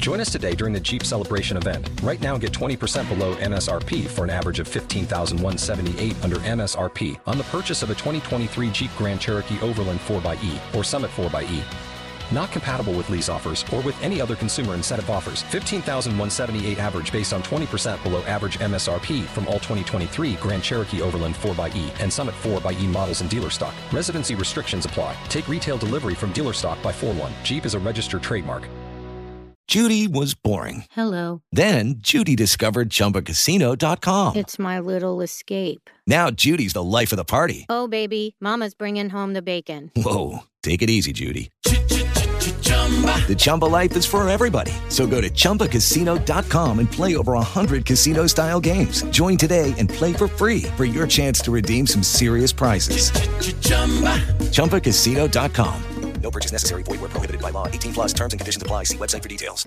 Join us today during the Jeep Celebration event. Right now, get 20% below MSRP for an average of $15,178 under MSRP on the purchase of a 2023 Jeep Grand Cherokee Overland 4xE or Summit 4xE. Not compatible with lease offers or with any other consumer incentive offers. $15,178 average based on 20% below average MSRP from all 2023 Grand Cherokee Overland 4xE and Summit 4xE models in dealer stock. Residency restrictions apply. Take retail delivery from dealer stock by 4/1. Jeep is a registered trademark. Judy was boring. Hello. Then Judy discovered ChumbaCasino.com. It's my little escape. Now Judy's the life of the party. Oh, baby, mama's bringing home the bacon. Whoa, take it easy, Judy. The Chumba life is for everybody. So go to ChumbaCasino.com and play over 100 casino-style games. Join today and play for free for your chance to redeem some serious prizes. ChumbaCasino.com. No purchase necessary. Void where prohibited by law. 18 plus terms and conditions apply. See website for details.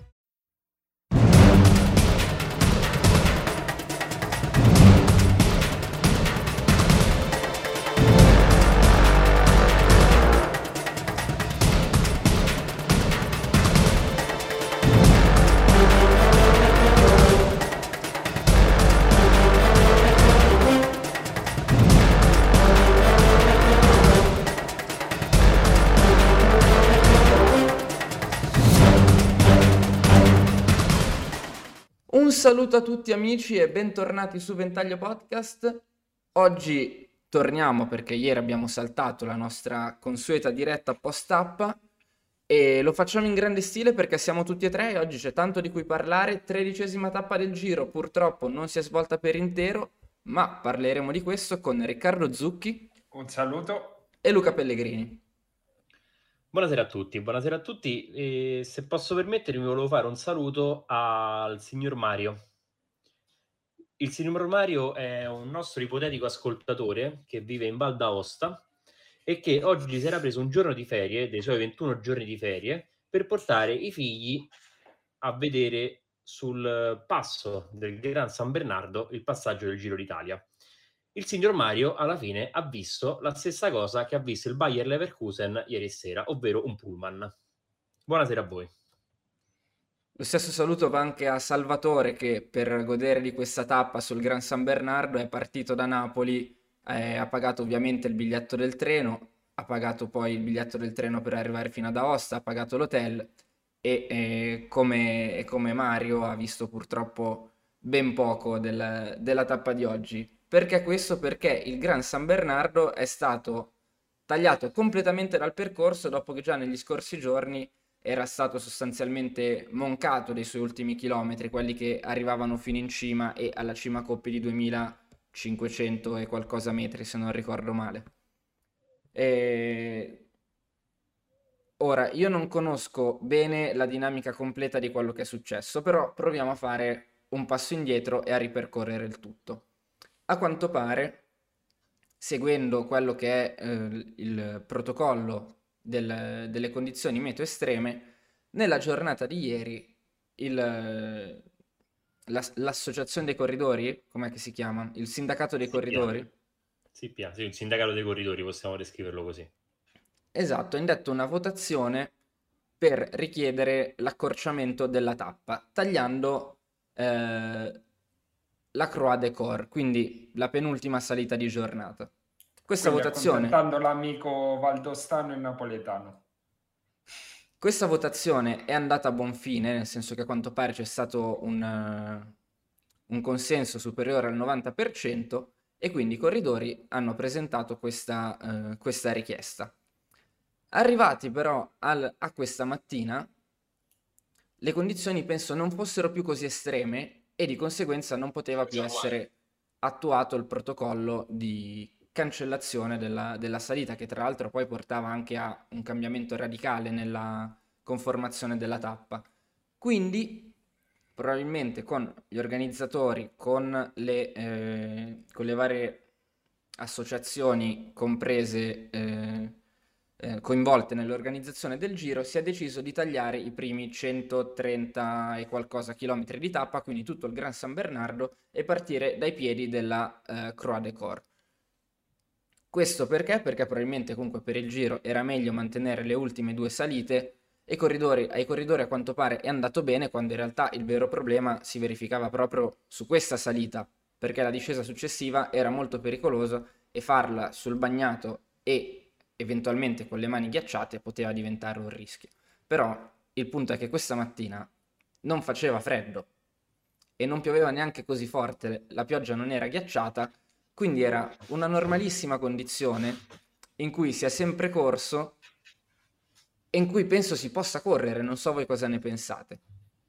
Un saluto a tutti amici e bentornati su Ventaglio Podcast. Oggi torniamo perché ieri abbiamo saltato la nostra consueta diretta post-tappa e lo facciamo in grande stile perché siamo tutti e tre e oggi c'è tanto di cui parlare. 13ª tappa del Giro purtroppo non si è svolta per intero, ma parleremo di questo con Riccardo Zucchi. Un saluto. E Luca Pellegrini. Buonasera a tutti e se posso permettermi volevo fare un saluto al signor Mario. Il signor Mario è un nostro ipotetico ascoltatore che vive in Val d'Aosta e che oggi si era preso un giorno di ferie, dei suoi 21 giorni di ferie, per portare i figli a vedere sul passo del Gran San Bernardo il passaggio del Giro d'Italia. Il signor Mario alla fine ha visto la stessa cosa che ha visto il Bayer Leverkusen ieri sera, ovvero un pullman. Buonasera a voi. Lo stesso saluto va anche a Salvatore che per godere di questa tappa sul Gran San Bernardo è partito da Napoli, ha pagato ovviamente il biglietto del treno, ha pagato poi il biglietto del treno per arrivare fino ad Aosta, ha pagato l'hotel e come Mario ha visto purtroppo ben poco della tappa di oggi. Perché questo? Perché il Gran San Bernardo è stato tagliato completamente dal percorso dopo che già negli scorsi giorni era stato sostanzialmente moncato dei suoi ultimi chilometri, quelli che arrivavano fino in cima e alla cima Coppi di 2500 e qualcosa metri, se non ricordo male. Ora, io non conosco bene la dinamica completa di quello che è successo, però proviamo a fare un passo indietro e a ripercorrere il tutto. A quanto pare, seguendo quello che è il protocollo delle condizioni meteo estreme, nella giornata di ieri l'associazione dei corridori, com'è che si chiama? Il sindacato dei corridori? Sì, il sindacato dei corridori, possiamo descriverlo così. Esatto, ha indetto una votazione per richiedere l'accorciamento della tappa, tagliando la Croix de Cor, quindi la penultima salita di giornata. Questa votazione, accontentando l'amico valdostano e napoletano. Questa votazione è andata a buon fine, nel senso che a quanto pare c'è stato un consenso superiore al 90% e quindi i corridori hanno presentato questa richiesta. Arrivati però a questa mattina, le condizioni penso non fossero più così estreme e di conseguenza non poteva più essere attuato il protocollo di cancellazione della salita, che tra l'altro poi portava anche a un cambiamento radicale nella conformazione della tappa. Quindi probabilmente con gli organizzatori, con le varie associazioni comprese coinvolte nell'organizzazione del Giro, si è deciso di tagliare i primi 130 e qualcosa chilometri di tappa, quindi tutto il Gran San Bernardo, e partire dai piedi della Croix de Cor. Questo perché? Perché probabilmente comunque per il Giro era meglio mantenere le ultime due salite e ai corridori a quanto pare è andato bene, quando in realtà il vero problema si verificava proprio su questa salita, perché la discesa successiva era molto pericolosa e farla sul bagnato e eventualmente con le mani ghiacciate poteva diventare un rischio. Però il punto è che questa mattina non faceva freddo e non pioveva neanche così forte, la pioggia non era ghiacciata, quindi era una normalissima condizione in cui si è sempre corso e in cui penso si possa correre, non so voi cosa ne pensate.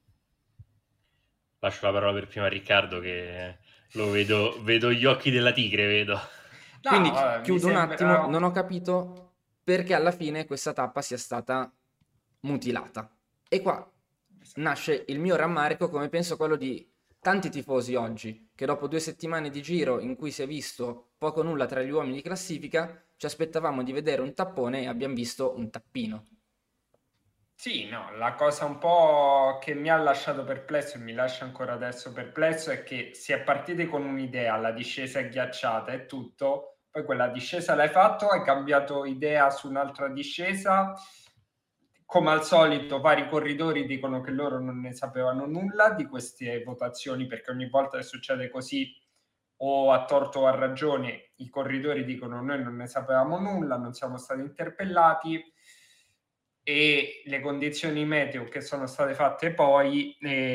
Lascio la parola per prima a Riccardo, che lo vedo gli occhi della tigre, vedo. No, Quindi mi chiudo un sembra... attimo, non ho capito perché alla fine questa tappa sia stata mutilata. E qua nasce il mio rammarico, come penso quello di tanti tifosi oggi, che dopo 2 settimane di giro in cui si è visto poco o nulla tra gli uomini di classifica, ci aspettavamo di vedere un tappone e abbiamo visto un tappino. Sì, no, la cosa un po' che mi ha lasciato perplesso e mi lascia ancora adesso perplesso è che si è partiti con un'idea, la discesa è ghiacciata e tutto, poi quella discesa l'hai fatto, hai cambiato idea su un'altra discesa, come al solito vari corridori dicono che loro non ne sapevano nulla di queste votazioni, perché ogni volta che succede così, o a torto o a ragione, i corridori dicono noi non ne sapevamo nulla, non siamo stati interpellati, e le condizioni meteo che sono state fatte poi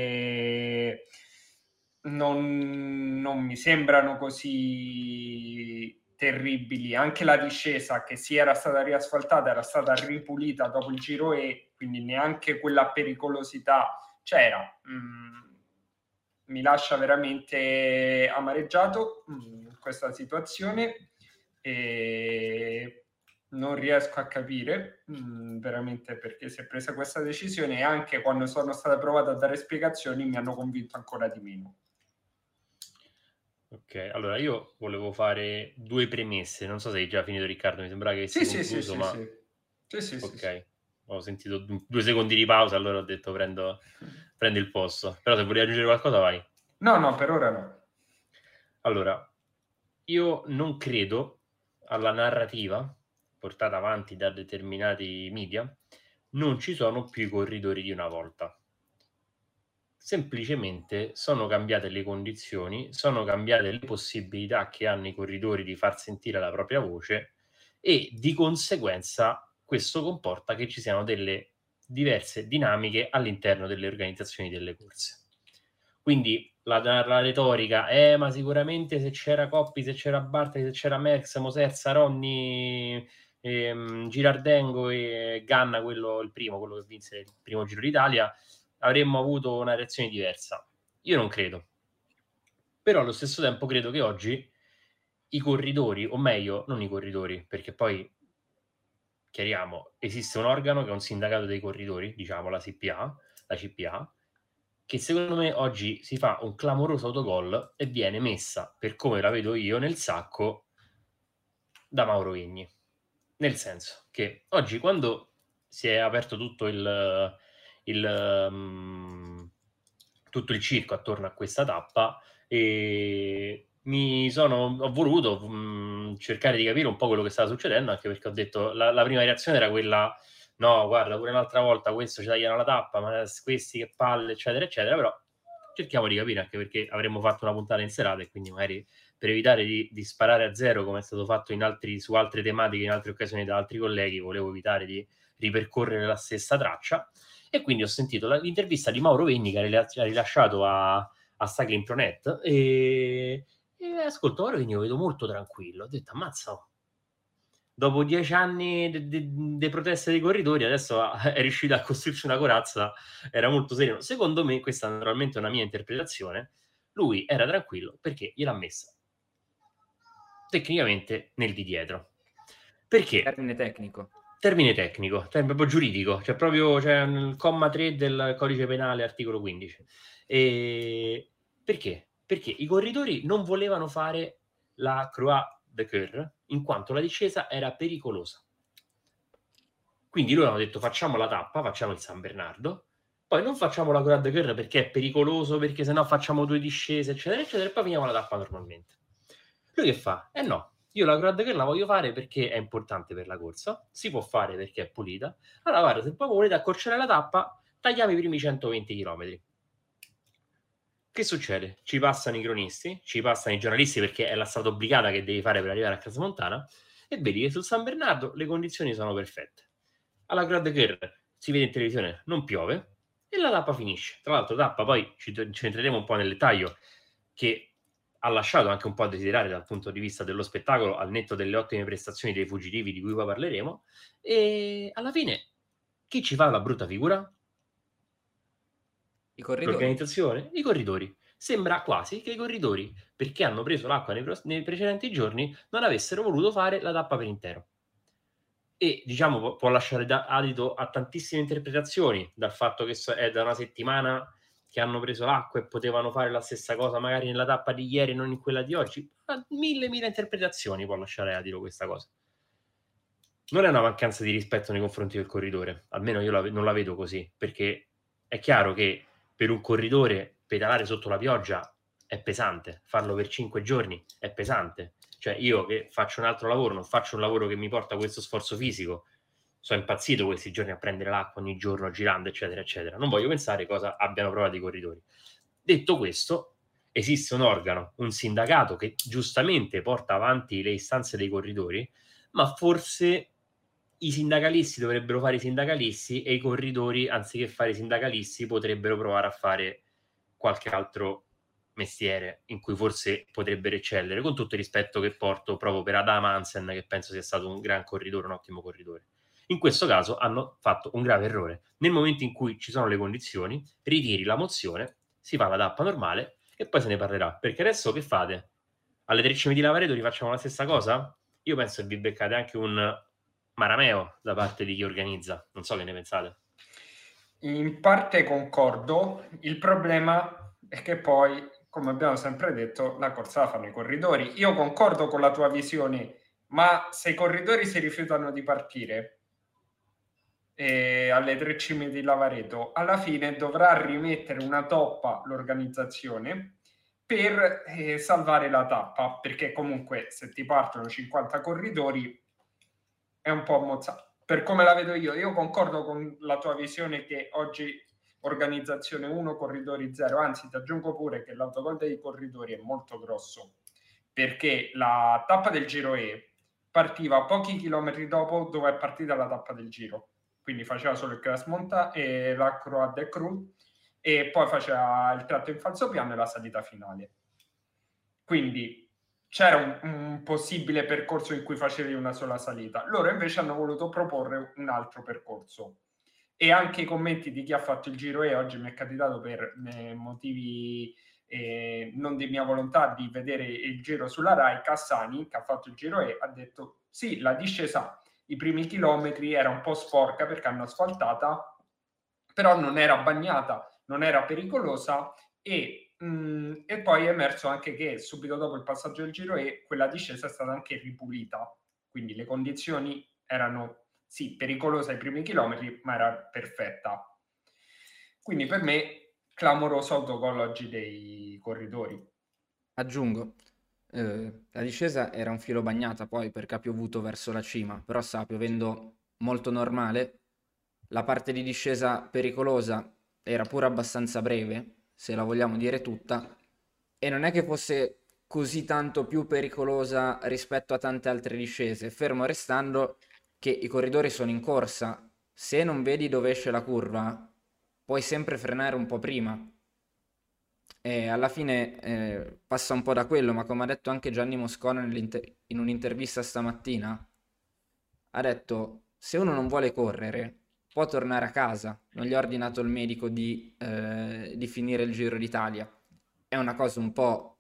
non mi sembrano così terribili. Anche la discesa, che si era stata riasfaltata, era stata ripulita dopo il giro E, quindi neanche quella pericolosità c'era. Mi lascia veramente amareggiato questa situazione e non riesco a capire veramente perché si è presa questa decisione, e anche quando sono state provate a dare spiegazioni mi hanno convinto ancora di meno. Ok, allora io volevo fare 2 premesse, non so se hai già finito Riccardo, mi sembra che avessi concluso, ma... Sì. Ok, ho sentito 2 secondi di pausa, allora ho detto prendo il posto, però se vuoi aggiungere qualcosa vai. No, per ora no. Allora, io non credo alla narrativa portata avanti da determinati media, non ci sono più i corridori di una volta. Semplicemente sono cambiate le condizioni, sono cambiate le possibilità che hanno i corridori di far sentire la propria voce e di conseguenza questo comporta che ci siano delle diverse dinamiche all'interno delle organizzazioni delle corse. Quindi la retorica ma sicuramente se c'era Coppi, se c'era Bartali, se c'era Merckx, Moserza, Ronni, Girardengo e Ganna, quello che vinse il primo Giro d'Italia, avremmo avuto una reazione diversa. Io non credo. Però allo stesso tempo credo che oggi i corridori, o meglio, non i corridori, perché poi, chiariamo, esiste un organo che è un sindacato dei corridori, diciamo la CPA, che secondo me oggi si fa un clamoroso autogol e viene messa, per come la vedo io, nel sacco da Mauro Vigni. Nel senso che oggi, quando si è aperto tutto tutto il circo attorno a questa tappa, e ho voluto cercare di capire un po' quello che stava succedendo, anche perché ho detto la prima reazione era quella: no, guarda, pure un'altra volta questo ci tagliano la tappa, ma questi che palle, eccetera, eccetera. Però cerchiamo di capire, anche perché avremmo fatto una puntata in serata e quindi magari per evitare di sparare a zero, come è stato fatto su altre tematiche in altre occasioni da altri colleghi, volevo evitare di ripercorrere la stessa traccia. E quindi ho sentito l'intervista di Mauro Vigni che ha rilasciato a Cycling Pro Net e ascolto Mauro Vigni, lo vedo molto tranquillo. Ho detto, ammazza, dopo 10 anni di proteste dei corridori, adesso è riuscito a costruirsi una corazza, era molto sereno. Secondo me, questa naturalmente è una mia interpretazione, lui era tranquillo perché gliel'ha messa tecnicamente nel di dietro. Perché? Termine tecnico, proprio giuridico, cioè proprio il comma 3 del codice penale, articolo 15. E perché? Perché i corridori non volevano fare la Croix de Coeur in quanto la discesa era pericolosa. Quindi loro hanno detto: facciamo la tappa, facciamo il San Bernardo, poi non facciamo la Croix de Coeur perché è pericoloso, perché sennò facciamo 2 discese, eccetera, eccetera, e poi finiamo la tappa normalmente. Lui che fa? No, io la quad curl la voglio fare perché è importante per la corsa, si può fare perché è pulita. Allora guarda, se poi volete accorciare la tappa, tagliamo i primi 120 km. Che succede? Ci passano i cronisti, ci passano i giornalisti, perché è la strada obbligata che devi fare per arrivare a Crasmontana, e vedi che sul San Bernardo le condizioni sono perfette. Alla Quad Curl si vede in televisione, non piove, e la tappa finisce. Tra l'altro tappa, poi ci entreremo un po' nel dettaglio, che ha lasciato anche un po' a desiderare dal punto di vista dello spettacolo, al netto delle ottime prestazioni dei fuggitivi di cui poi parleremo, e alla fine chi ci fa la brutta figura? I corridori. L'organizzazione? I corridori. Sembra quasi che i corridori, perché hanno preso l'acqua nei precedenti giorni, non avessero voluto fare la tappa per intero. E diciamo può lasciare adito a tantissime interpretazioni, dal fatto che è da una settimana che hanno preso l'acqua e potevano fare la stessa cosa magari nella tappa di ieri e non in quella di oggi. Mille interpretazioni può lasciare adito questa cosa. Non è una mancanza di rispetto nei confronti del corridore, almeno io non la vedo così, perché è chiaro che per un corridore pedalare sotto la pioggia è pesante, farlo per 5 giorni è pesante. Cioè io che faccio un altro lavoro, non faccio un lavoro che mi porta a questo sforzo fisico, sono impazzito questi giorni a prendere l'acqua ogni giorno girando, eccetera, eccetera. Non voglio pensare cosa abbiano provato i corridori. Detto questo, esiste un organo, un sindacato che giustamente porta avanti le istanze dei corridori, ma forse i sindacalisti dovrebbero fare i sindacalisti e i corridori, anziché fare i sindacalisti, potrebbero provare a fare qualche altro mestiere in cui forse potrebbero eccellere, con tutto il rispetto che porto proprio per Adam Hansen, che penso sia stato un gran corridore, un ottimo corridore. In questo caso hanno fatto un grave errore. Nel momento in cui ci sono le condizioni, ritiri la mozione, si fa la tappa normale e poi se ne parlerà. Perché adesso che fate? Alle 3 cime di Lavaredo rifacciamo la stessa cosa? Io penso che vi beccate anche un marameo da parte di chi organizza. Non so che ne pensate. In parte concordo, il problema è che poi, come abbiamo sempre detto, la corsa la fanno i corridori. Io concordo con la tua visione, ma se i corridori si rifiutano di partire alle 3 cime di Lavaredo, alla fine dovrà rimettere una toppa l'organizzazione per salvare la tappa, perché comunque se ti partono 50 corridori è un po' mozzato. Per come la vedo io concordo con la tua visione che oggi organizzazione 1, corridori 0, anzi ti aggiungo pure che l'autogol dei corridori è molto grosso, perché la tappa del Giro E partiva pochi chilometri dopo dove è partita la tappa del Giro, quindi faceva solo il Crasmontana e la Croix de Cru e poi faceva il tratto in falso piano e la salita finale. Quindi c'era un possibile percorso in cui facevi una sola salita. Loro invece hanno voluto proporre un altro percorso. E anche i commenti di chi ha fatto il Giro E, oggi mi è capitato per motivi non di mia volontà di vedere il Giro sulla Rai, Cassani, che ha fatto il Giro E, ha detto sì, la discesa, i primi chilometri era un po' sporca perché hanno asfaltata, però non era bagnata, non era pericolosa e poi è emerso anche che subito dopo il passaggio del Giro E quella discesa è stata anche ripulita, quindi le condizioni erano sì pericolose ai primi chilometri ma era perfetta, quindi per me clamoroso autogol oggi dei corridori. Aggiungo, la discesa era un filo bagnata poi perché ha piovuto verso la cima, però stava piovendo molto normale, la parte di discesa pericolosa era pure abbastanza breve, se la vogliamo dire tutta, e non è che fosse così tanto più pericolosa rispetto a tante altre discese, fermo restando che i corridori sono in corsa, se non vedi dove esce la curva, puoi sempre frenare un po' prima. E alla fine passa un po' da quello, ma come ha detto anche Gianni Moscona in un'intervista stamattina, ha detto se uno non vuole correre può tornare a casa, non gli ha ordinato il medico di finire il Giro d'Italia. È una cosa un po',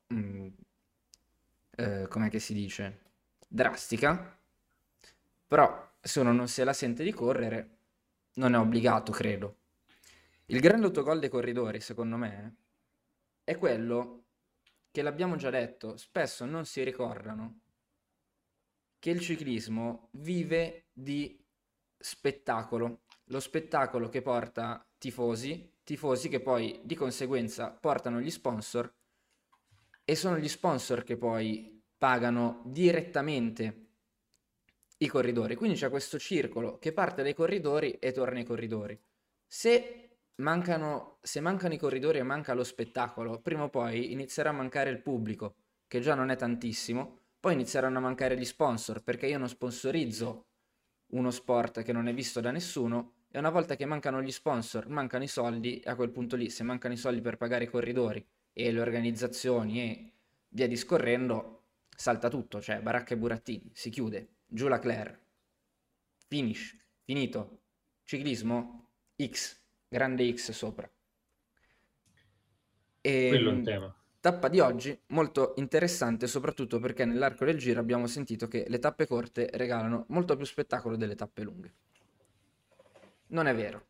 com'è che si dice, drastica, però se uno non se la sente di correre non è obbligato, credo. Il grande autogol dei corridori, secondo me, è quello che l'abbiamo già detto, spesso non si ricordano che il ciclismo vive di spettacolo, lo spettacolo che porta tifosi che poi di conseguenza portano gli sponsor e sono gli sponsor che poi pagano direttamente i corridori, quindi c'è questo circolo che parte dai corridori e torna ai corridori. Se mancano i corridori e manca lo spettacolo, prima o poi inizierà a mancare il pubblico, che già non è tantissimo, poi inizieranno a mancare gli sponsor, perché io non sponsorizzo uno sport che non è visto da nessuno, e una volta che mancano gli sponsor, mancano i soldi, e a quel punto lì, se mancano i soldi per pagare i corridori e le organizzazioni e via discorrendo, salta tutto, cioè baracca e burattini, si chiude, giù la Claire, finish, finito, ciclismo X, grande X sopra. Quello è un tema. Tappa di oggi molto interessante, soprattutto perché nell'arco del giro abbiamo sentito che le tappe corte regalano molto più spettacolo delle tappe lunghe. Non è vero.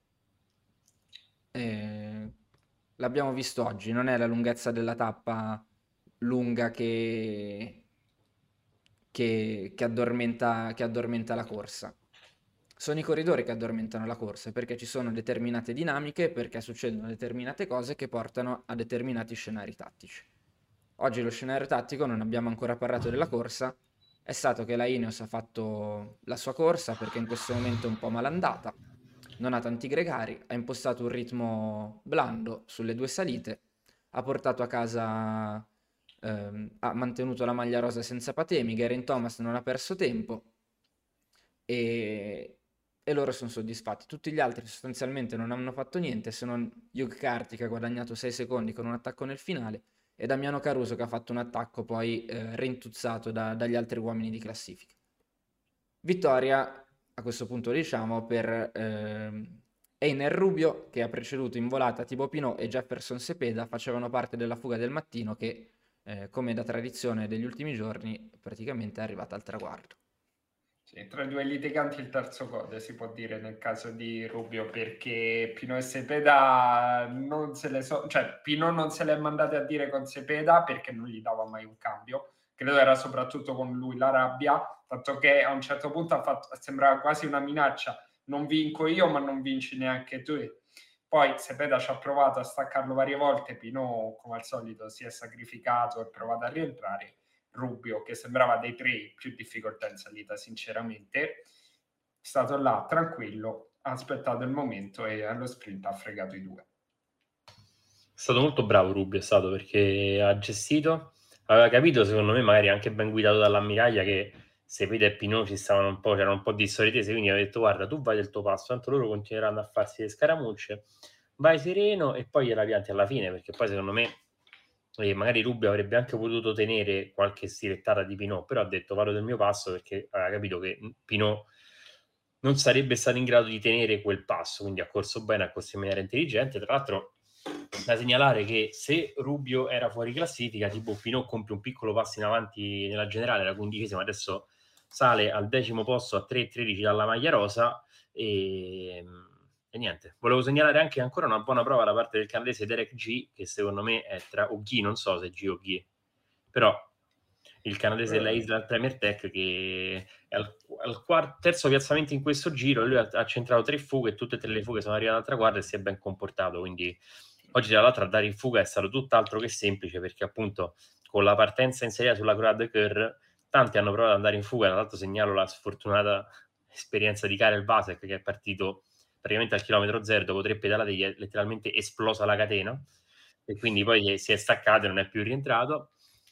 L'abbiamo visto oggi, non è la lunghezza della tappa lunga che addormenta la corsa. Sono i corridori che addormentano la corsa, perché ci sono determinate dinamiche, perché succedono determinate cose che portano a determinati scenari tattici. Oggi lo scenario tattico, non abbiamo ancora parlato della corsa, è stato che la Ineos ha fatto la sua corsa perché in questo momento è un po' malandata, non ha tanti gregari, ha impostato un ritmo blando sulle 2 salite, ha portato a casa, ha mantenuto la maglia rosa senza patemi, Geraint Thomas non ha perso tempo e loro sono soddisfatti. Tutti gli altri sostanzialmente non hanno fatto niente, se non Hugh Carty che ha guadagnato 6 secondi con un attacco nel finale e Damiano Caruso che ha fatto un attacco poi rintuzzato dagli altri uomini di classifica. Vittoria, a questo punto diciamo, per Einer Rubio, che ha preceduto in volata Thibaut Pinot, e Jefferson Cepeda facevano parte della fuga del mattino che, come da tradizione degli ultimi giorni, praticamente è arrivata al traguardo. Sì, tra i due litiganti il terzo code si può dire nel caso di Rubio, perché Pinot e Cepeda non se le cioè Pinot non se le è mandate a dire con Cepeda perché non gli dava mai un cambio, credo era soprattutto con lui la rabbia, tanto che a un certo punto sembrava quasi una minaccia: non vinco io ma non vinci neanche tu. Poi Cepeda ci ha provato a staccarlo varie volte, Pinot come al solito si è sacrificato e provato a rientrare. Rubio, che sembrava dei 3 più difficoltà in salita sinceramente, è stato là tranquillo, ha aspettato il momento e allo sprint ha fregato i 2. È stato molto bravo Rubio, è stato, perché ha gestito, aveva capito, secondo me magari anche ben guidato dall'ammiraglia, che Cepeda e Pinot ci stavano un po', c'erano un po' di storie tese, quindi ha detto: guarda, tu vai del tuo passo, tanto loro continueranno a farsi le scaramucce, vai sereno e poi gliela pianti alla fine, perché poi secondo me magari Rubio avrebbe anche potuto tenere qualche stilettata di Pinot, però ha detto vado del mio passo, perché aveva capito che Pinot non sarebbe stato in grado di tenere quel passo, quindi ha corso bene, ha corso in maniera intelligente. Tra l'altro da segnalare che se Rubio era fuori classifica, tipo Pinot compie un piccolo passo in avanti nella generale, era 15esimo, adesso sale al 10° posto a 3,13 dalla maglia rosa e niente, volevo segnalare anche ancora una buona prova da parte del canadese Derek G, che secondo me è tra Oghi, non so se G o Ghi, però il canadese della Island Premier Tech, che è al terzo piazzamento in questo giro. Lui ha centrato 3 fughe e tutte e 3 le fughe sono arrivate al traguardo e si è ben comportato, quindi oggi tra l'altro a dare in fuga è stato tutt'altro che semplice, perché appunto con la partenza in serie sulla Croix de Coeur tanti hanno provato ad andare in fuga. Tra l'altro segnalo la sfortunata esperienza di Karel Vasek, che è partito praticamente al chilometro 0, dopo 3 pedalate gli è letteralmente esplosa la catena e quindi poi si è staccato e non è più rientrato.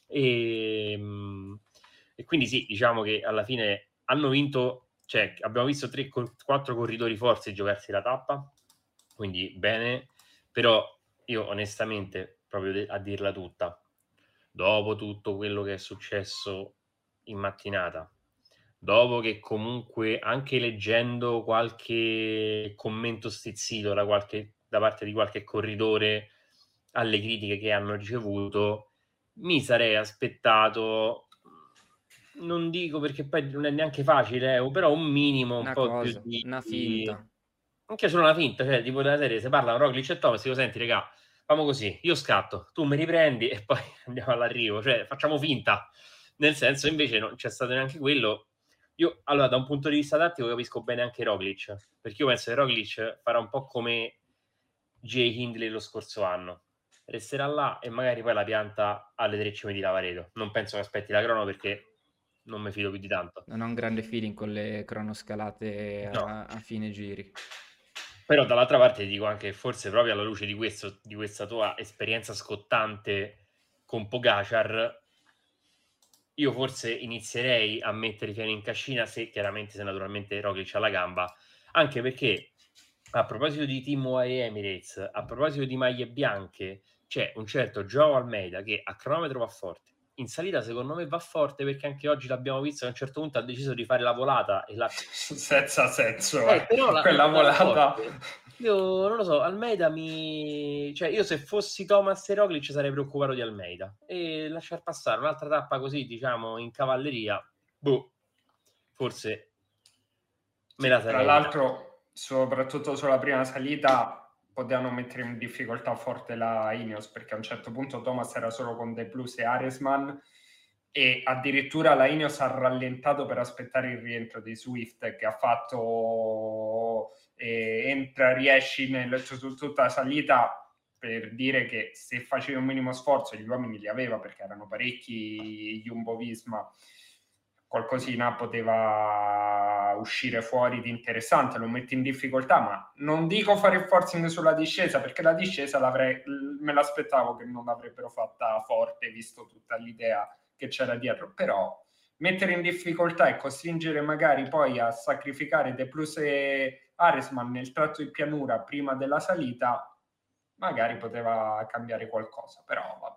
E quindi sì, diciamo che alla fine hanno vinto, cioè abbiamo visto 4 corridori forti giocarsi la tappa, quindi bene, però io onestamente, proprio a dirla tutta, dopo tutto quello che è successo in mattinata, dopo che comunque anche leggendo qualche commento stizzito da parte di qualche corridore alle critiche che hanno ricevuto, mi sarei aspettato, non dico perché poi non è neanche facile, però un minimo, un po' più di una finta. Anche solo una finta, cioè tipo della serie, se parlano Roglic e Thomas, dico senti regà, famo così, io scatto, tu mi riprendi e poi andiamo all'arrivo, cioè facciamo finta, nel senso invece non c'è stato neanche quello. Io allora da un punto di vista tattico capisco bene anche Roglic, perché io penso che Roglic farà un po' come Jay Hindley lo scorso anno, resterà là e magari poi la pianta alle 3 cime di Lavaredo. Non penso che aspetti la crono perché non mi fido più di tanto. Non ho un grande feeling con le cronoscalate No. a fine giri. Però dall'altra parte ti dico anche che forse proprio alla luce di questo, di questa tua esperienza scottante con Pogacar, io forse inizierei a mettere i piani in cascina se naturalmente Roglic ha la gamba, anche perché a proposito di Team UAE Emirates, a proposito di maglie bianche, c'è un certo Joao Almeida che a cronometro va forte. In salita secondo me va forte perché anche oggi l'abbiamo visto che a un certo punto ha deciso di fare la volata e senza senso, però quella volata. Io non lo so, Almeida cioè io se fossi Thomas e Roglic sarei preoccupato di Almeida e lasciar passare un'altra tappa così, diciamo, in cavalleria, forse me la sarei. Tra l'altro, soprattutto sulla prima salita potevano mettere in difficoltà forte la Ineos, perché a un certo punto Thomas era solo con De Plus e Aresman e addirittura la Ineos ha rallentato per aspettare il rientro di Swift, che ha fatto riesci su tutta la salita, per dire che se facevi un minimo sforzo gli uomini li aveva, perché erano parecchi Jumbo-Visma, qualcosina poteva uscire fuori di interessante, lo metti in difficoltà, ma non dico fare il forcing sulla discesa, perché la discesa me l'aspettavo che non l'avrebbero fatta forte, visto tutta l'idea che c'era dietro, però mettere in difficoltà e costringere magari poi a sacrificare De Plus e Aresman nel tratto di pianura prima della salita, magari poteva cambiare qualcosa, però vabbè.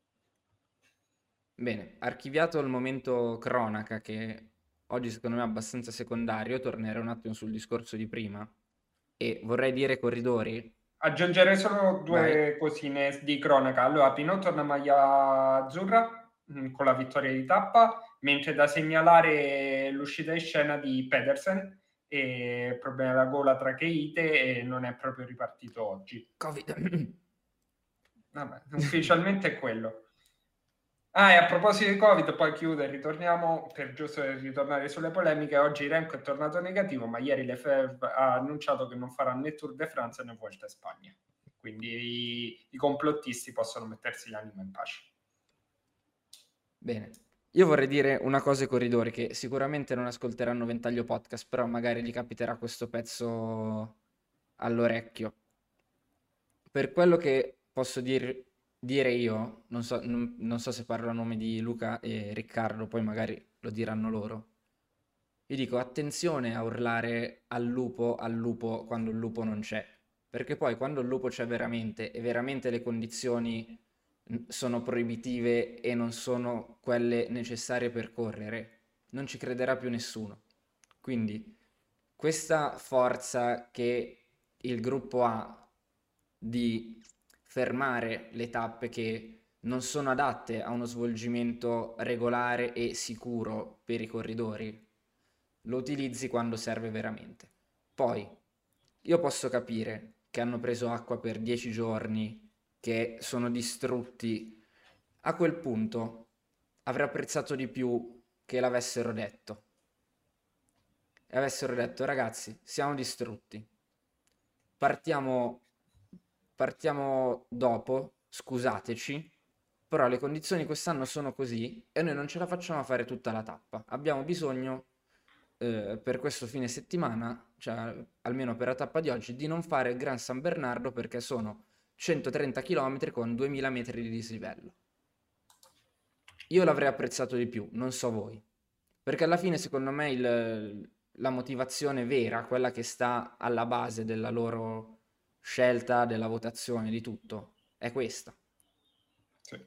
Bene, archiviato il momento cronaca, che oggi secondo me è abbastanza secondario, tornerei un attimo sul discorso di prima e vorrei dire corridori. Aggiungerei solo due cosine di cronaca. Allora, Pinot torna maglia azzurra con la vittoria di tappa, mentre da segnalare l'uscita in scena di Pedersen, e problema alla gola tracheite e non è proprio ripartito oggi. Covid. Vabbè, ufficialmente è quello. E a proposito di Covid, poi chiude, ritorniamo per giusto ritornare sulle polemiche. Oggi Renko è tornato negativo, ma ieri Lefebvre ha annunciato che non farà né Tour de France né Vuelta a Spagna. Quindi i complottisti possono mettersi l'anima in pace. Bene, io vorrei dire una cosa ai corridori che sicuramente non ascolteranno Ventaglio Podcast, però magari gli capiterà questo pezzo all'orecchio. Per quello che posso dire io, non so se parlo a nome di Luca e Riccardo, poi magari lo diranno loro. Io dico attenzione a urlare al lupo quando il lupo non c'è, perché poi quando il lupo c'è veramente e veramente le condizioni sono proibitive e non sono quelle necessarie per correre, non ci crederà più nessuno. Quindi questa forza che il gruppo ha di fermare le tappe che non sono adatte a uno svolgimento regolare e sicuro per i corridori, lo utilizzi quando serve veramente. Poi, io posso capire che hanno preso acqua per 10 giorni, che sono distrutti. A quel punto avrei apprezzato di più che l'avessero detto. E avessero detto, ragazzi, siamo distrutti. Partiamo dopo, scusateci, però le condizioni quest'anno sono così e noi non ce la facciamo fare tutta la tappa. Abbiamo bisogno per questo fine settimana, cioè almeno per la tappa di oggi, di non fare il Gran San Bernardo perché sono 130 km con 2000 metri di dislivello. Io l'avrei apprezzato di più, non so voi, perché alla fine secondo me la motivazione vera, quella che sta alla base della loro scelta, della votazione, di tutto, è questa. Sì.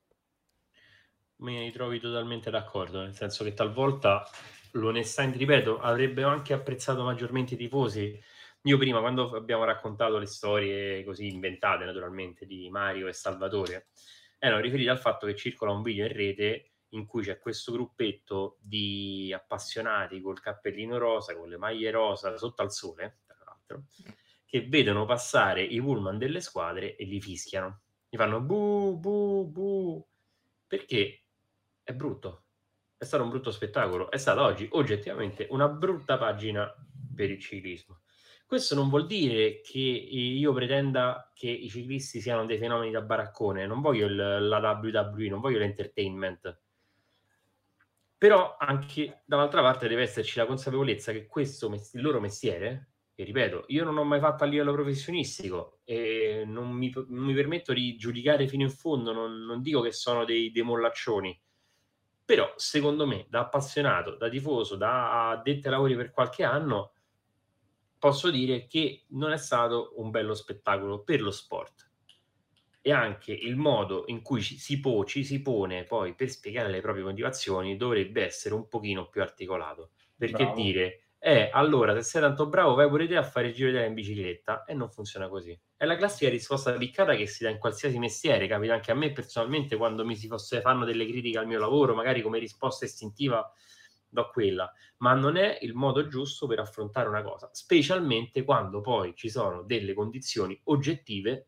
Mi trovi totalmente d'accordo, nel senso che talvolta l'onestà, ripeto, avrebbe anche apprezzato maggiormente i tifosi. Io prima, quando abbiamo raccontato le storie così inventate naturalmente di Mario e Salvatore, erano riferite al fatto che circola un video in rete in cui c'è questo gruppetto di appassionati col cappellino rosa, con le maglie rosa, sotto al sole, tra l'altro, che vedono passare i pullman delle squadre e li fischiano. Gli fanno bu, bu, bu, perché è brutto. È stato un brutto spettacolo. È stata oggi oggettivamente una brutta pagina per il ciclismo. Questo non vuol dire che io pretenda che i ciclisti siano dei fenomeni da baraccone, non voglio la WWE, non voglio l'entertainment. Però anche dall'altra parte deve esserci la consapevolezza che questo il loro mestiere, e ripeto, io non ho mai fatto a livello professionistico e non mi permetto di giudicare fino in fondo, non dico che sono dei mollaccioni, però secondo me da appassionato, da tifoso, da addetto ai lavori per qualche anno, posso dire che non è stato un bello spettacolo per lo sport. E anche il modo in cui ci si pone poi per spiegare le proprie motivazioni dovrebbe essere un pochino più articolato. Perché Bravo. dire, allora se sei tanto bravo vai pure te a fare il Giro d'Italia in bicicletta, e non funziona così. È la classica risposta piccata che si dà in qualsiasi mestiere, capita anche a me personalmente quando mi si fanno delle critiche al mio lavoro, magari come risposta istintiva do quella, ma non è il modo giusto per affrontare una cosa, specialmente quando poi ci sono delle condizioni oggettive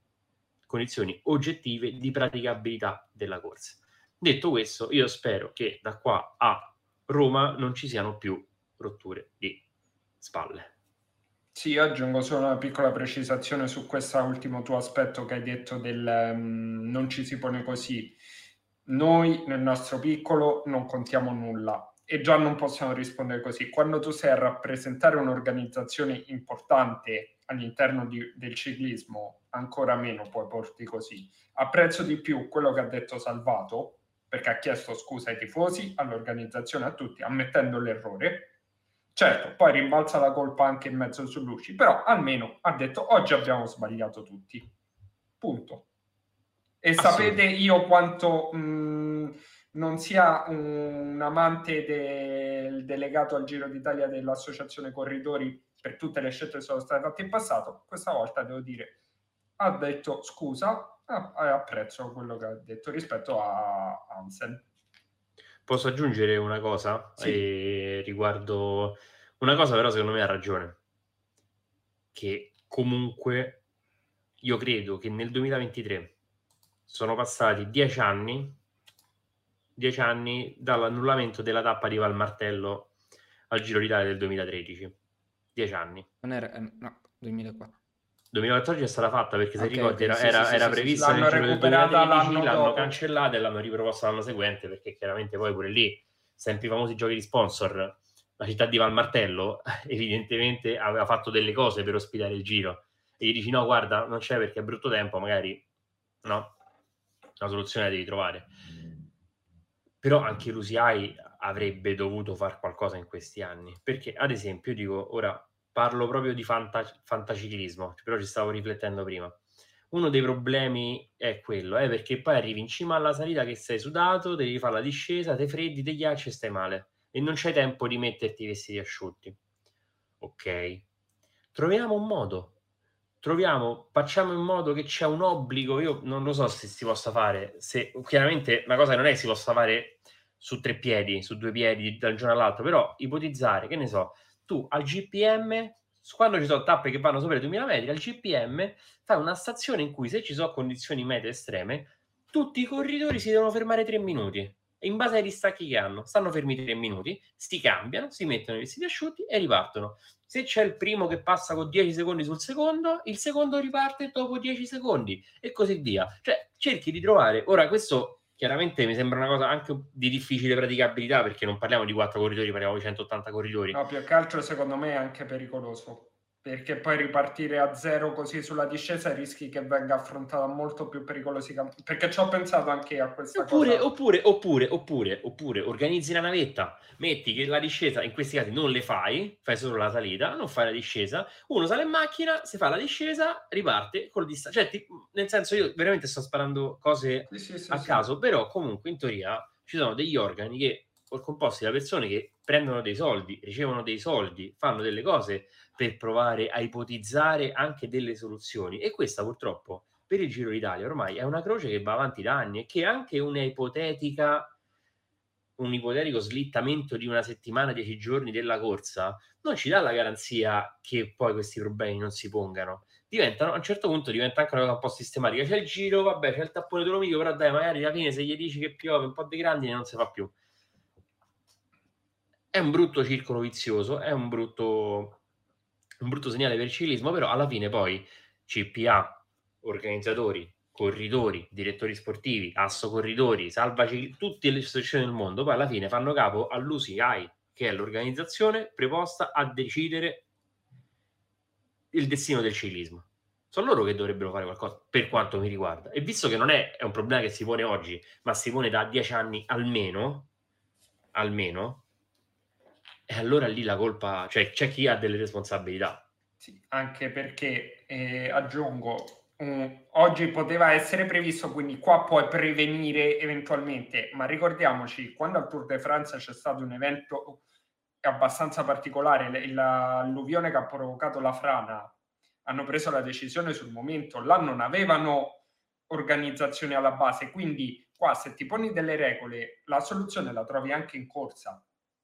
di praticabilità della corsa. Detto questo, io spero che da qua a Roma non ci siano più rotture di spalle. Sì, io aggiungo solo una piccola precisazione su questo ultimo tuo aspetto che hai detto del non ci si pone così. Noi nel nostro piccolo non contiamo nulla e già non possiamo rispondere così. Quando tu sei a rappresentare un'organizzazione importante all'interno del ciclismo, ancora meno puoi porti così. Apprezzo di più quello che ha detto Salvato, perché ha chiesto scusa ai tifosi, all'organizzazione, a tutti, ammettendo l'errore. Certo, poi rimbalza la colpa anche in mezzo su Luci, però almeno ha detto oggi abbiamo sbagliato tutti. Punto. E sapete io quanto non sia un amante del delegato al Giro d'Italia dell'Associazione Corridori per tutte le scelte che sono state fatte in passato, questa volta devo dire, ha detto scusa, apprezzo quello che ha detto rispetto a Hansen. Posso aggiungere una cosa? Sì. Riguardo una cosa, però secondo me ha ragione, che comunque io credo che nel 2023 sono passati 10 anni dall'annullamento della tappa di Valmartello al Giro d'Italia del 2013. 10 anni. Non era, no, 2004. 2014 è stata fatta perché se Ok, ricordi ok, era sì, prevista nel L'hanno Giro del recuperata 2013, l'anno l'hanno dopo. cancellata e l'hanno riproposta l'anno seguente, perché chiaramente poi pure lì, sempre i famosi giochi di sponsor, la città di Valmartello evidentemente aveva fatto delle cose per ospitare il Giro e gli dici no guarda non c'è perché è brutto tempo, magari no, una soluzione la devi trovare. Però anche l'UCI avrebbe dovuto fare qualcosa in questi anni, perché ad esempio io dico, ora parlo proprio di fantaciclismo, però ci stavo riflettendo prima. Uno dei problemi è quello, perché poi arrivi in cima alla salita che sei sudato, devi fare la discesa, te freddi, te ghiacci e stai male e non c'hai tempo di metterti i vestiti asciutti. Ok, troviamo un modo. Facciamo in modo che c'è un obbligo, io non lo so se si possa fare, se chiaramente una cosa non è che si possa fare su 3 piedi, su 2 piedi dal giorno all'altro, però ipotizzare, che ne so, tu al GPM, quando ci sono tappe che vanno sopra i 2000 metri, al GPM fai una stazione in cui se ci sono condizioni meteo estreme, tutti i corridori si devono fermare 3 minuti e in base ai distacchi che hanno, stanno fermi 3 minuti, si cambiano, si mettono i vestiti asciutti e ripartono. Se c'è il primo che passa con 10 secondi sul secondo, il secondo riparte dopo 10 secondi e così via. Cioè, cerchi di trovare... Ora, questo chiaramente mi sembra una cosa anche di difficile praticabilità, perché non parliamo di 4 corridori, parliamo di 180 corridori. No, più che altro secondo me è anche pericoloso, perché poi ripartire a zero così sulla discesa rischi che venga affrontata molto più pericolosamente, perché ci ho pensato anche a questa cosa. Oppure organizzi la navetta, metti che la discesa in questi casi non le fai solo la salita, non fai la discesa, uno sale in macchina, se fa la discesa riparte col distacco, cioè nel senso io veramente sto sparando cose a caso, però comunque in teoria ci sono degli organi che composti da persone che prendono dei soldi, ricevono dei soldi, fanno delle cose per provare a ipotizzare anche delle soluzioni, e questa purtroppo per il Giro d'Italia ormai è una croce che va avanti da anni e che anche un ipotetico slittamento di una settimana, 10 giorni della corsa non ci dà la garanzia che poi questi problemi non si pongano. A un certo punto diventa anche una cosa un po' sistematica. C'è il Giro, vabbè, c'è il tappone Dolomico, però dai, magari alla fine se gli dici che piove un po' di grandine non si fa più. È un brutto circolo vizioso, è un brutto un brutto segnale per il ciclismo, però alla fine poi CPA, organizzatori, corridori, direttori sportivi, Asso Corridori, Salva tutte le associazioni del mondo, poi alla fine fanno capo all'UCI, che è l'organizzazione preposta a decidere il destino del ciclismo. Sono loro che dovrebbero fare qualcosa, per quanto mi riguarda. E visto che non è un problema che si pone oggi, ma si pone da 10 anni almeno, e allora lì la colpa, cioè c'è chi ha delle responsabilità. Sì, anche perché, aggiungo, oggi poteva essere previsto, quindi qua puoi prevenire eventualmente, ma ricordiamoci, quando al Tour de France c'è stato un evento abbastanza particolare, l'alluvione che ha provocato la frana, hanno preso la decisione sul momento, là non avevano organizzazioni alla base, quindi qua se ti poni delle regole, la soluzione la trovi anche in corsa.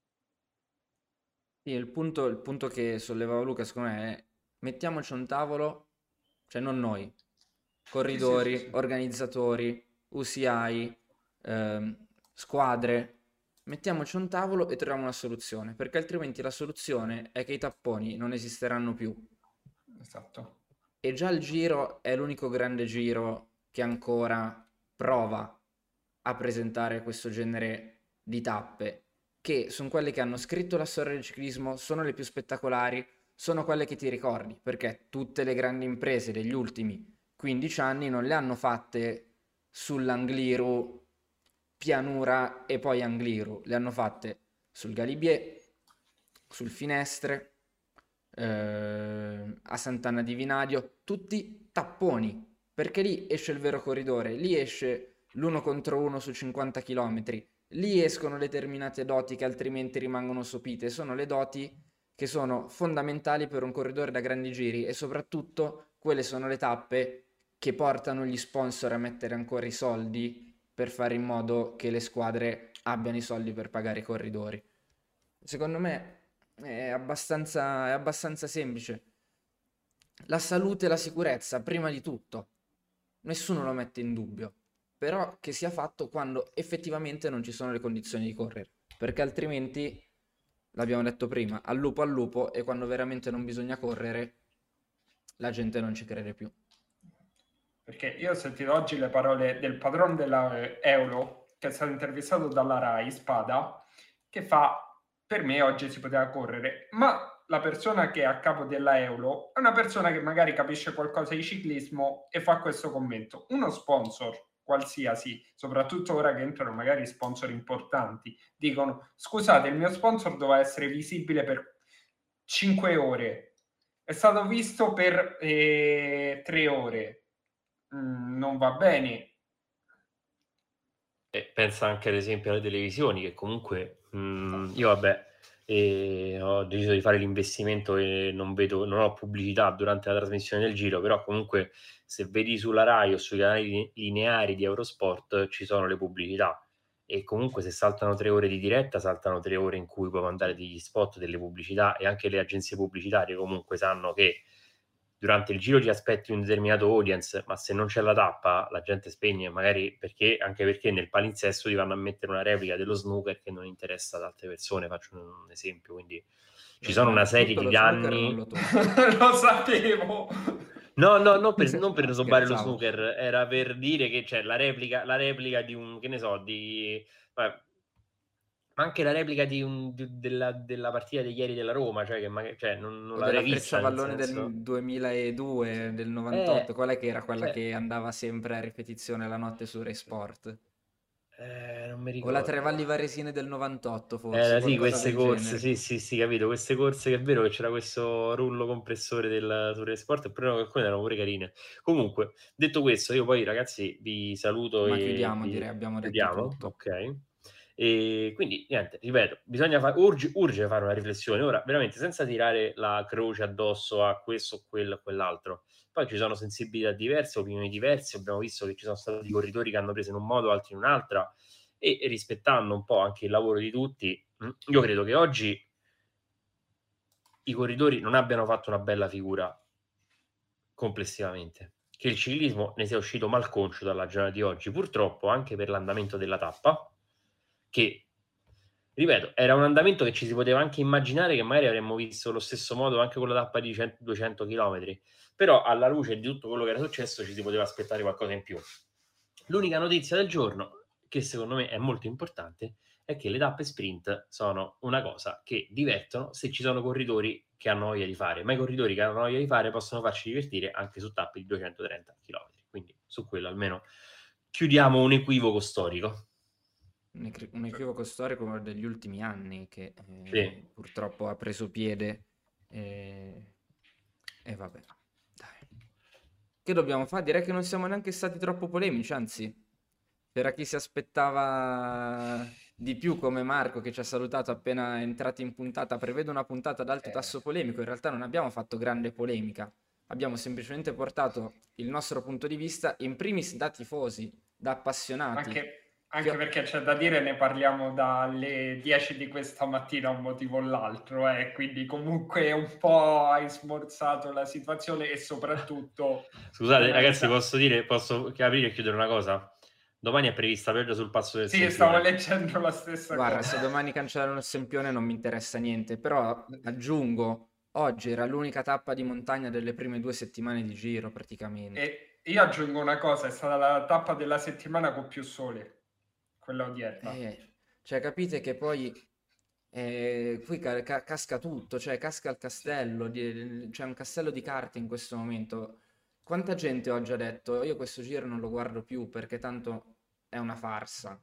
Sì, il punto che sollevava Luca, secondo me, è mettiamoci a un tavolo, cioè non noi, corridori, Sì. organizzatori, UCI, squadre, mettiamoci a un tavolo e troviamo una soluzione, perché altrimenti la soluzione è che i tapponi non esisteranno più. Esatto. E già il Giro è l'unico grande giro che ancora prova a presentare questo genere di tappe, che sono quelle che hanno scritto la storia del ciclismo, sono le più spettacolari, sono quelle che ti ricordi, perché tutte le grandi imprese degli ultimi 15 anni non le hanno fatte sull'Angliru, pianura e poi Angliru, le hanno fatte sul Galibier, sul Finestre, a Sant'Anna di Vinadio, tutti tapponi, perché lì esce il vero corridore, lì esce l'1 contro 1 su 50 km, lì escono determinate doti che altrimenti rimangono sopite, sono le doti che sono fondamentali per un corridore da grandi giri e soprattutto quelle sono le tappe che portano gli sponsor a mettere ancora i soldi per fare in modo che le squadre abbiano i soldi per pagare i corridori. Secondo me è abbastanza semplice. La salute e la sicurezza, prima di tutto. Nessuno lo mette in dubbio. Però che sia fatto quando effettivamente non ci sono le condizioni di correre. Perché altrimenti, l'abbiamo detto prima, al lupo e quando veramente non bisogna correre, la gente non ci crede più. Perché io ho sentito oggi le parole del padrone della Euro, che è stato intervistato dalla Rai, Spada, che fa: per me oggi si poteva correre, ma la persona che è a capo della Euro è una persona che magari capisce qualcosa di ciclismo e fa questo commento. Uno sponsor qualsiasi, soprattutto ora che entrano magari sponsor importanti, dicono: scusate, il mio sponsor doveva essere visibile per 5 ore, è stato visto per 3 ore. Non va bene. Pensa anche ad esempio alle televisioni, che comunque io vabbè ho deciso di fare l'investimento e non ho pubblicità durante la trasmissione del Giro, però comunque se vedi sulla Rai o sui canali lineari di Eurosport ci sono le pubblicità, e comunque se saltano 3 ore di diretta, saltano 3 ore in cui puoi mandare degli spot, delle pubblicità, e anche le agenzie pubblicitarie comunque sanno che durante il giro ti aspetti un determinato audience, ma se non c'è la tappa la gente spegne, magari anche perché nel palinsesto ti vanno a mettere una replica dello snooker che non interessa ad altre persone, faccio un esempio, quindi ci sono una serie di danni. Lo sapevo. No, non per snobbare lo snooker, era per dire che c'è la replica di un, che ne so, anche la replica della partita di ieri della Roma, cioè che non l'avrei vista. Della Frecciavallone del 2002, del 98, qual è che era quella che andava sempre a ripetizione la notte su Rai Sport? Non mi ricordo. O la Trevalli Varesine del 98 forse. Sì, queste corse, sì, capito, queste corse che è vero che c'era questo rullo compressore su Rai Sport, però alcune erano pure carine. Comunque, detto questo, io poi ragazzi vi saluto. Ma chiudiamo, direi, abbiamo detto tutto. Ok. E quindi niente, ripeto, urge fare una riflessione ora, veramente, senza tirare la croce addosso a questo, quello, quell'altro. Poi ci sono sensibilità diverse, opinioni diverse, abbiamo visto che ci sono stati corridori che hanno preso in un modo, altri in un'altra, e rispettando un po' anche il lavoro di tutti, io credo che oggi i corridori non abbiano fatto una bella figura complessivamente, che il ciclismo ne sia uscito malconcio dalla giornata di oggi, purtroppo anche per l'andamento della tappa, che ripeto, era un andamento che ci si poteva anche immaginare che magari avremmo visto lo stesso modo anche con la tappa di 200 km, però alla luce di tutto quello che era successo ci si poteva aspettare qualcosa in più. L'unica notizia del giorno, che secondo me è molto importante, è che le tappe sprint sono una cosa che divertono se ci sono corridori che hanno voglia di fare, ma i corridori che hanno voglia di fare possono farci divertire anche su tappe di 230 km, quindi su quello almeno chiudiamo un equivoco storico. Un equivoco storico degli ultimi anni che Sì. purtroppo ha preso piede e vabbè, dai. Che dobbiamo fare? Direi che non siamo neanche stati troppo polemici, anzi, per chi si aspettava di più come Marco che ci ha salutato appena entrati in puntata, prevedo una puntata ad alto tasso polemico, in realtà non abbiamo fatto grande polemica, abbiamo semplicemente portato il nostro punto di vista in primis da tifosi, da appassionati. Anche perché c'è da dire, ne parliamo dalle 10 di questa mattina un motivo o l'altro, quindi comunque un po' hai smorzato la situazione e soprattutto... Scusate ragazzi, posso aprire e chiudere una cosa? Domani è prevista pioggia sul passo del Sempione. Sì, stavo leggendo la stessa cosa. Guarda, se domani cancellano il Sempione non mi interessa niente, però aggiungo, oggi era l'unica tappa di montagna delle prime 2 settimane di Giro praticamente. E io aggiungo una cosa, è stata la tappa della settimana con più sole, quella odierna. Cioè capite che poi qui casca tutto, cioè casca il castello, c'è un castello di carte in questo momento. Quanta gente oggi ha detto io questo Giro non lo guardo più perché tanto è una farsa.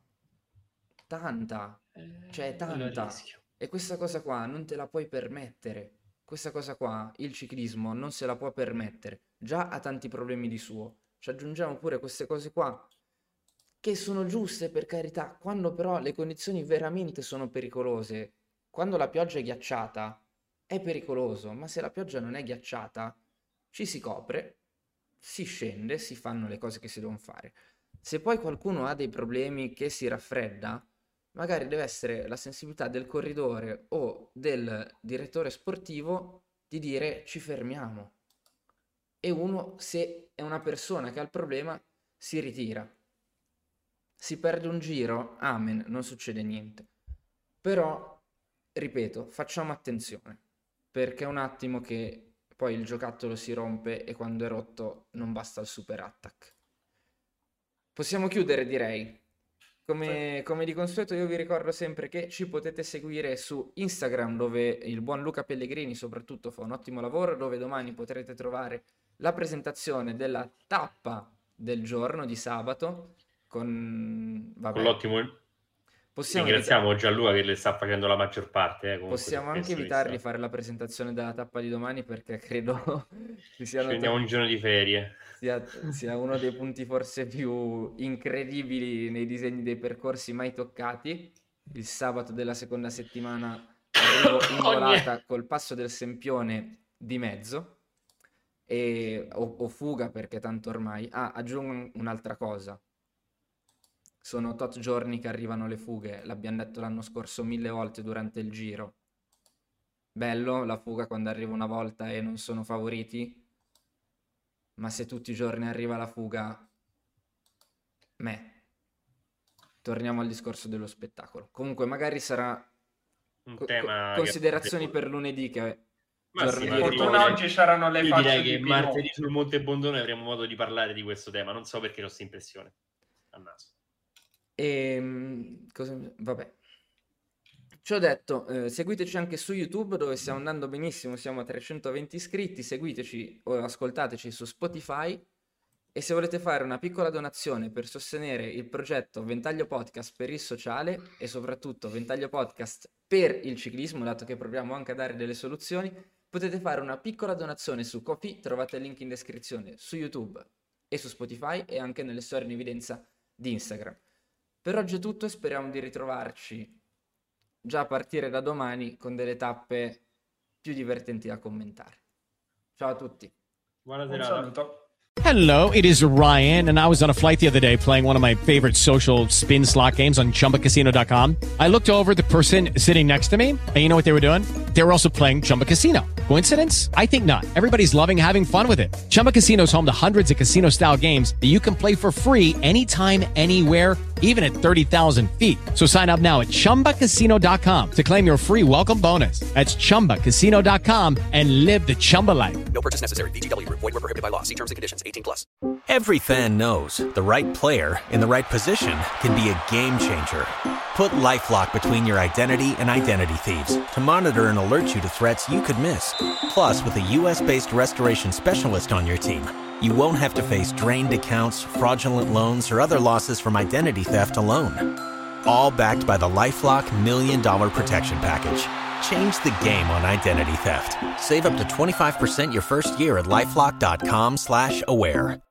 Tanta, cioè tanta. E questa cosa qua non te la puoi permettere. Questa cosa qua, il ciclismo non se la può permettere. Già ha tanti problemi di suo. Ci aggiungiamo pure queste cose qua che sono giuste per carità, quando però le condizioni veramente sono pericolose. Quando la pioggia è ghiacciata è pericoloso, ma se la pioggia non è ghiacciata ci si copre, si scende, si fanno le cose che si devono fare. Se poi qualcuno ha dei problemi che si raffredda, magari deve essere la sensibilità del corridore o del direttore sportivo di dire ci fermiamo. E uno, se è una persona che ha il problema, si ritira. Si perde un giro, amen, non succede niente. Però, ripeto, facciamo attenzione, perché è un attimo che poi il giocattolo si rompe e quando è rotto non basta il super attack. Possiamo chiudere, direi. Come di consueto io vi ricordo sempre che ci potete seguire su Instagram, dove il buon Luca Pellegrini soprattutto fa un ottimo lavoro, dove domani potrete trovare la presentazione della tappa del giorno di sabato con l'ottimo. Ringraziamo Gianluca che le sta facendo la maggior parte. Possiamo anche evitarli di fare la presentazione della tappa di domani perché credo ci prendiamo un giorno di ferie. Sia uno dei punti forse più incredibili nei disegni dei percorsi mai toccati. Il sabato della seconda settimana arrivo in volata col passo del Sempione di mezzo o fuga perché tanto ormai. Aggiungo un'altra cosa. Sono tot giorni che arrivano le fughe, l'abbiamo detto l'anno scorso 1000 volte durante il giro. Bello la fuga quando arriva una volta e non sono favoriti, ma se tutti i giorni arriva la fuga, torniamo al discorso dello spettacolo. Comunque magari sarà un tema considerazioni per lunedì che fortuna oggi c'erano le facce direi che martedì sul Monte Bondone avremo modo di parlare di questo tema, non so perché ho questa impressione a naso. Vabbè, ci ho detto, seguiteci anche su YouTube dove stiamo andando benissimo, siamo a 320 iscritti, seguiteci o ascoltateci su Spotify e se volete fare una piccola donazione per sostenere il progetto Ventaglio Podcast per il sociale e soprattutto Ventaglio Podcast per il ciclismo, dato che proviamo anche a dare delle soluzioni, potete fare una piccola donazione su Ko-fi, trovate il link in descrizione su YouTube e su Spotify e anche nelle storie in evidenza di Instagram. Per oggi è tutto e speriamo di ritrovarci già a partire da domani con delle tappe più divertenti da commentare. Ciao a tutti. Buona serata. Un saluto. Hello, it is Ryan, and I was on a flight the other day playing one of my favorite social spin slot games on ChumbaCasino.com. I looked over at the person sitting next to me, and you know what they were doing? They were also playing Chumba Casino. Coincidence? I think not. Everybody's loving having fun with it. Chumba Casino is home to hundreds of casino-style games that you can play for free anytime, anywhere, even at 30,000 feet. So sign up now at ChumbaCasino.com to claim your free welcome bonus. That's ChumbaCasino.com and live the Chumba life. No purchase necessary. VGW. Void where prohibited by law. See terms and conditions. 18+. Every fan knows the right player in the right position can be a game changer. Put LifeLock between your identity and identity thieves to monitor and alert you to threats you could miss. Plus, with a U.S.-based restoration specialist on your team, you won't have to face drained accounts, fraudulent loans, or other losses from identity theft alone. All backed by the LifeLock $1 Million Protection Package. Change the game on identity theft. Save up to 25% your first year at LifeLock.com/aware.